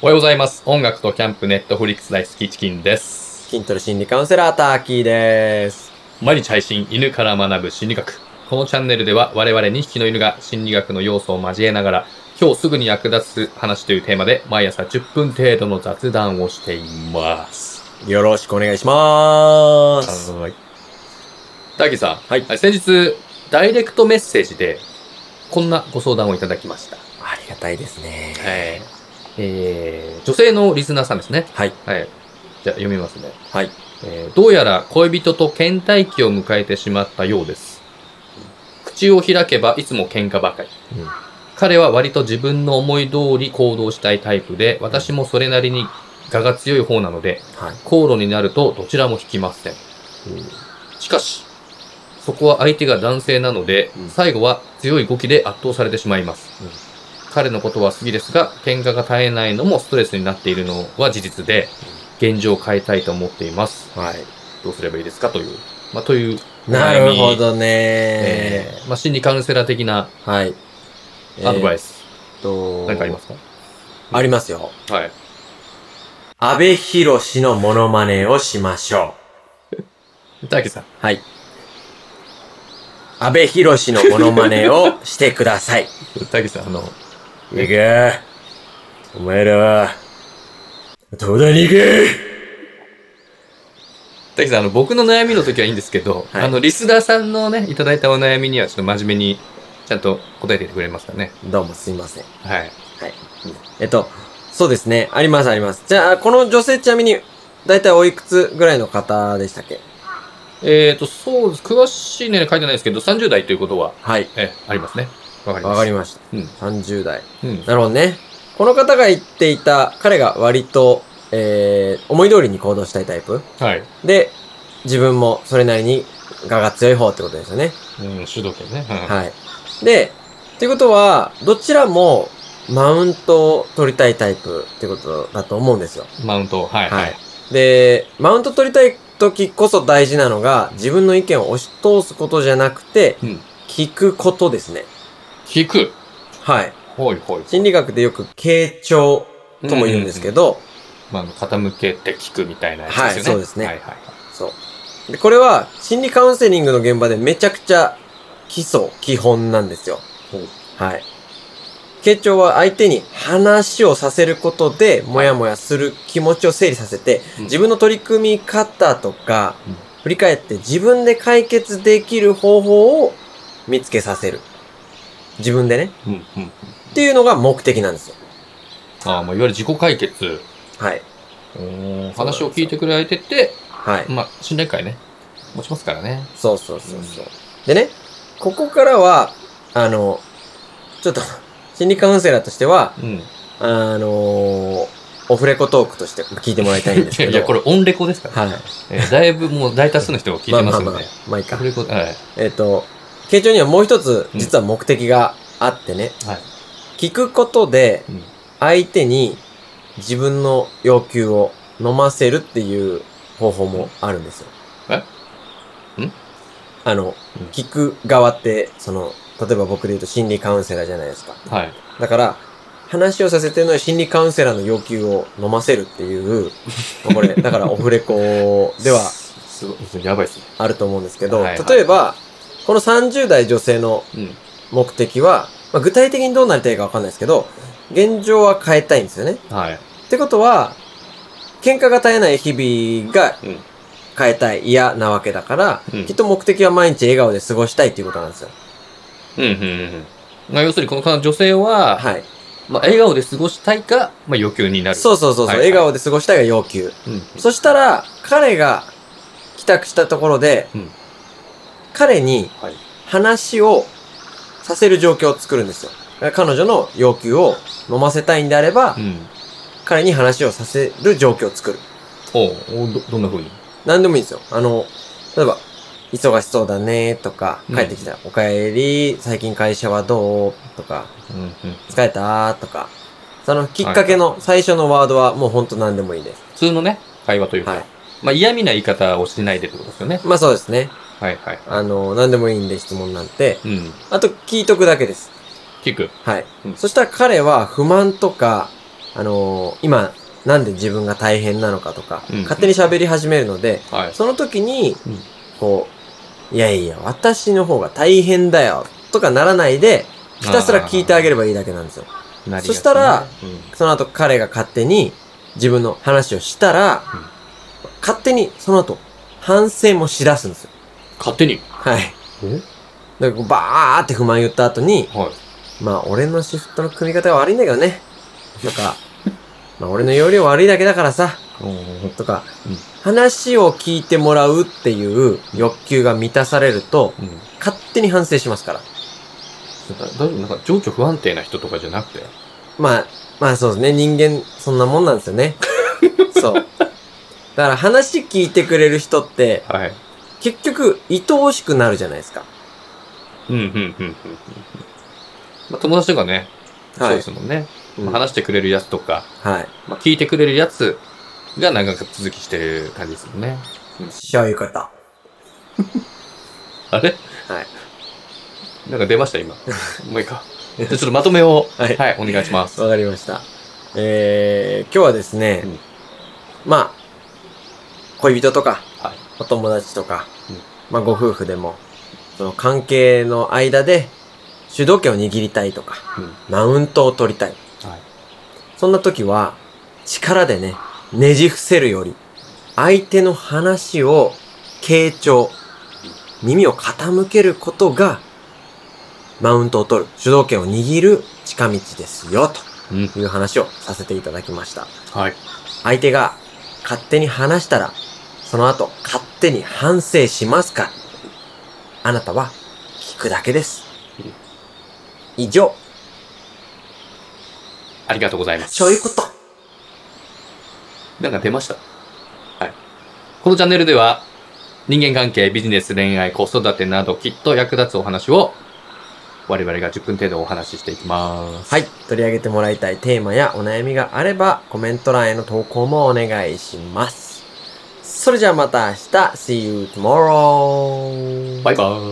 おはようございます。音楽とキャンプ、ネットフリックス大好きチキンです。 筋トレ心理カウンセラー、ターキーです。 毎日配信、犬から学ぶ心理学。このチャンネルでは我々2匹の犬が心理学の要素を交えながら、今日すぐに役立つ話というテーマで毎朝10分程度の雑談をしています。 よろしくお願いしまーす。 はい。ターキーさん、 はい。 先日、ダイレクトメッセージで、こんなご相談をいただきました。 ありがたいですね。 女性のリスナーさんですね。 はい。 はい。じゃあ読みますね。 はい。 どうやら恋人と倦怠期を迎えてしまったようです。口を開けばいつも喧嘩ばかり。彼は割と自分の思い通り行動したいタイプで、私もそれなりに我が強い方なので、口論になるとどちらも引きません。しかし、そこは相手が男性なので、最後は強い動きで圧倒されてしまいます。彼のことは好きですが、喧嘩が絶えないのもストレスになっているのは事実で、現状を変えたいと思っています。はい。どうすればいいですかという。という。 なるほどね心理カウンセラー的な、 はい。 アドバイス。何かありますか？ ありますよ。 はい。 阿部寛のモノマネをしましょう。大輝さん。 はい。阿部寛のモノマネをしてください。 大輝さん、 いけお前らは、東大に行け大輝さん、僕の悩みの時はいいんですけど、はい、リスナーさんのね、いただいたお悩みにはちょっと真面目に、ちゃんと答えていてくれますかね。 どうもすいません。 はい。はい。 そうですね。ありますあります。じゃあ、この女性ちなみに、だいたいおいくつぐらいの方でしたっけ？ そうです。詳しいね、書いてないですけど、30代ということは、 はい。 ありますね。わかりました。 30代。なるほどね。この方が言っていた、彼が割と、思い通りに行動したいタイプ。 はい。 で、自分もそれなりに我が強い方ってことですよね。 主導権ね。 はい。で、っていうことは、どちらもマウントを取りたいタイプってことだと思うんですよ。 マウント、はい。はい。 で、マウント取りたい時こそ大事なのが、自分の意見を押し通すことじゃなくて、聞くことですね。 聞く。 はい。 ほい。 心理学でよく傾聴とも言うんですけど、 傾けて聞くみたいなやつですよね。 はい、そうですね。はい。そう。で、これは心理カウンセリングの現場でめちゃくちゃ基本なんですよ。はい。傾聴は相手に話をさせることで、もやもやする気持ちを整理させて、自分の取り組み方とか、振り返って自分で解決できる方法を見つけさせる。自分でね。っていうのが目的なんですよ。 いわゆる自己解決。 はい。 話を聞いてくれてて、 はい。 信頼感ね、持ちますからね。 そう。でね、ここからは、ちょっと、心理カウンセラーとしては、オフレコトークとして聞いてもらいたいんですけど。 いや、これオンレコですから。はい。だいぶもう大多数の人が聞いてますので。 まあいいか。 オフレコ、はい。 傾聴にはもう一つ、実は目的があってね。はい。聞くことで、相手に自分の要求を飲ませるっていう方法もあるんですよ。聞く側って、例えば僕で言うと心理カウンセラーじゃないですか。はい。だから、話をさせてるのに心理カウンセラーの要求を飲ませるっていう、これ、だからオフレコでは、 すごい、やばいっすね。 あると思うんですけど、例えば、この30代女性の目的は、具体的にどうなりたいかわかんないですけど、現状は変えたいんですよね。はい。ってことは、喧嘩が絶えない日々が変えたい、嫌なわけだから、きっと目的は毎日笑顔で過ごしたいっていうことなんですよ。 要するにこの女性は、はい。笑顔で過ごしたいが、要求になる。 そう。笑顔で過ごしたいが要求。そしたら、彼が帰宅したところで、彼に話をさせる状況を作るんですよ。彼女の要求を飲ませたいんであれば、彼に話をさせる状況を作る。 どんな風に？ 何でもいいんですよ。例えば、忙しそうだねとか、帰ってきたら、おかえり、最近会社はどうとか、疲れたとか、そのきっかけの最初のワードはもうほんと何でもいいです。 普通のね、会話というか、嫌味な言い方をしないでってことですよね。 そうですね。 はい。 何でもいいんで質問なんて、あと聞いとくだけです。 聞く。 はい。そしたら彼は不満とか、 今、なんで自分が大変なのかとか、 うん勝手に喋り始めるので、 はい。 その時にうん、 こう、いやいや、私の方が大変だよ、とかならないで、ひたすら聞いてあげればいいだけなんですよ。 なりがちねそしたら、 うんその後彼が勝手に自分の話をしたら、勝手にその後反省もしだすんですよ。 勝手に。 はい。 えで、バーって不満言った後に、 はい。 まあ俺のシフトの組み方が悪いんだけどね。とか、まあ俺の容量悪いだけだからさ。とか、 うん話を聞いてもらうっていう欲求が満たされると、 うん。 勝手に反省しますから。 大丈夫なんか情緒不安定な人とかじゃなくて。 まあそうですね。人間、そんなもんなんですよね。そう。だから話聞いてくれる人って、 はい。 結局、愛おしくなるじゃないですか。 うん、うん、うん、うんうん。まあ、友達とかね、そうはい。 ですもんね。 うんまあ、話してくれるやつとか、 はい。 まあ、聞いてくれるやつが長く続きしてる感じですよね。 そういうこと。 あれはい。 なんか出ました、今。もういいか。じゃあちょっとまとめを、 はいはい、お願いします。 わかりました。今日はですね、 うんまあ、恋人とか、 はい。 お友達とか、 うんまあご夫婦でも、その関係の間で主導権を握りたいとか、 うん。 マウントを取りたい。 はい。 そんな時は、力でね、ねじ伏せるより、相手の話を傾聴、耳を傾けることが、マウントを取る、主導権を握る近道ですよ、 うん。 という話をさせていただきました。 はい。 相手が勝手に話したら、その後勝手に反省しますから。あなたは聞くだけです。以上、 ありがとうございます。 そういうこと。 なんか出ました。はい。このチャンネルでは、人間関係、ビジネス、恋愛、子育てなど、きっと役立つお話を、我々が10分程度お話ししていきます。 はい。取り上げてもらいたいテーマやお悩みがあれば、コメント欄への投稿もお願いします。それじゃあまた明日。See you tomorrow! バイバーイ。